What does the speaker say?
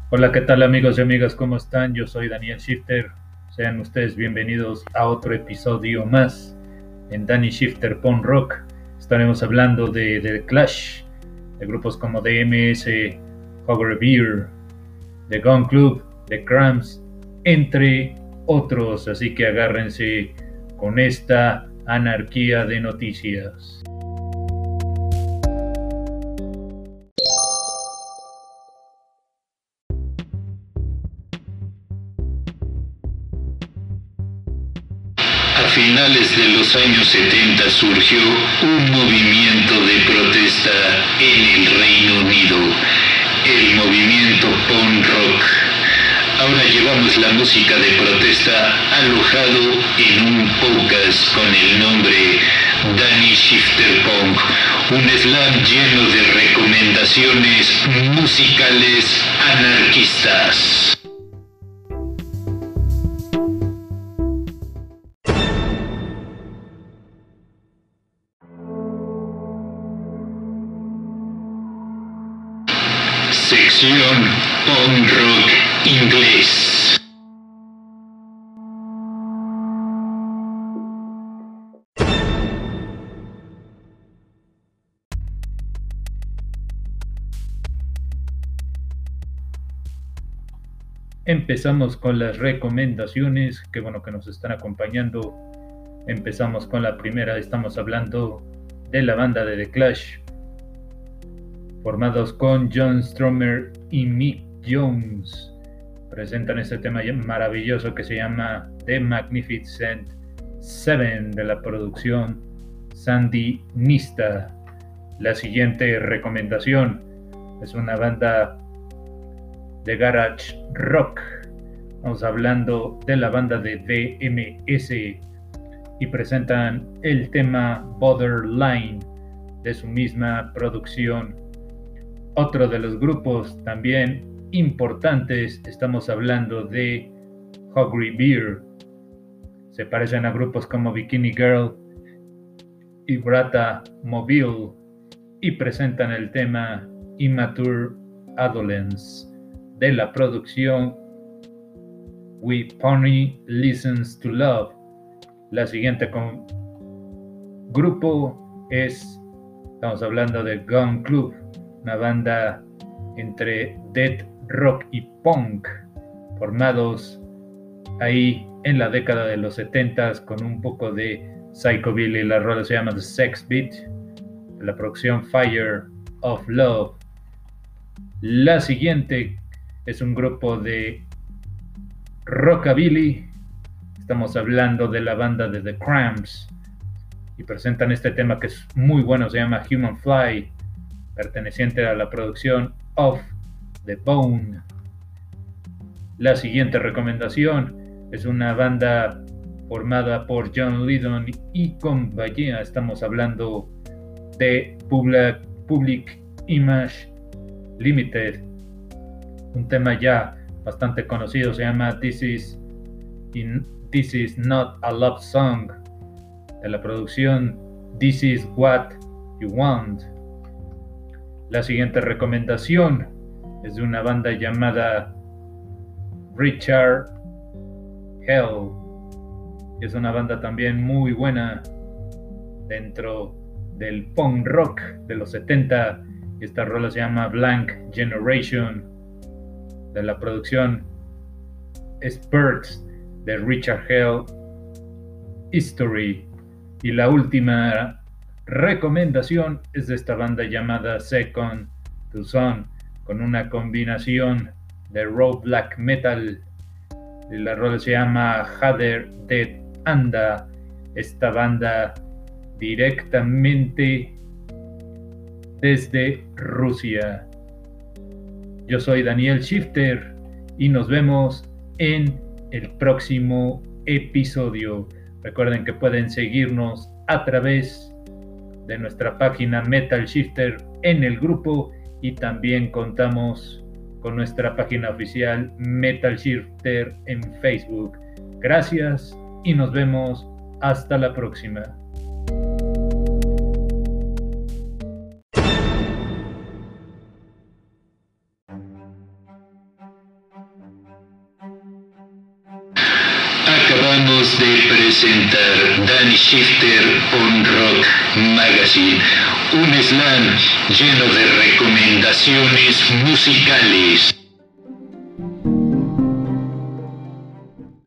Hola, ¿qué tal amigos y amigas? ¿Cómo están? Yo soy Daniel Shifter. Sean ustedes bienvenidos a otro episodio más en Danny Shifter Punk Rock. Estaremos hablando de The Clash, de grupos como DMS, Hogger Beer, The Gun Club, The Cramps, entre otros. Así que agárrense con esta anarquía de noticias. A finales de los años 70 surgió un movimiento de protesta en el Reino Unido, el movimiento punk rock. Ahora llevamos la música de protesta alojado en un podcast con el nombre Danny Shifter Punk, un slam lleno de recomendaciones musicales anarquistas. Sección Punk Rock Inglés. Empezamos con las recomendaciones, que bueno que nos están acompañando. Empezamos con la primera, estamos hablando de la banda de The Clash, formados con John Stromer y Mick Jones. Presentan este tema maravilloso que se llama The Magnificent Seven, de la producción Sandy Nista. La siguiente recomendación es una banda de garage rock. Estamos hablando de la banda de DMS y presentan el tema Borderline de su misma producción. Otro de los grupos también importantes, estamos hablando de Hogger Beer. Se parecen a grupos como Bikini Girl y Brata Mobile y presentan el tema Immature Adolescence de la producción We Pony Listens to Love. La siguiente grupo estamos hablando de Gun Club, una banda entre death rock y punk, formados ahí en la década de los 70s con un poco de psychobilly. La rola se llama The Sex Beat, de la producción Fire of Love. La siguiente es un grupo de rockabilly. Estamos hablando de la banda de The Cramps y presentan este tema que es muy bueno, se llama Human Fly, perteneciente a la producción Of the Bone. La siguiente recomendación es una banda formada por John Lydon y compañía. Estamos hablando de Public Image Limited. Un tema ya bastante conocido se llama This is Not a Love Song, de la producción This is What You Want. La siguiente recomendación es de una banda llamada Richard Hell. Es una banda también muy buena dentro del punk rock de los 70. Esta rola se llama Blank Generation, de la producción Spurts de Richard Hell History. Y la última recomendación es de esta banda llamada Second to Son, con una combinación de raw black metal. Y la rola se llama Hader Dead Anda. Esta banda directamente desde Rusia. Yo soy Daniel Shifter y nos vemos en el próximo episodio. Recuerden que pueden seguirnos a través de nuestra página Metal Shifter en el grupo, y también contamos con nuestra página oficial Metal Shifter en Facebook. Gracias y nos vemos hasta la próxima. Acabamos de presentar Danny Shifter on Rock Magazine, un slam lleno de recomendaciones musicales.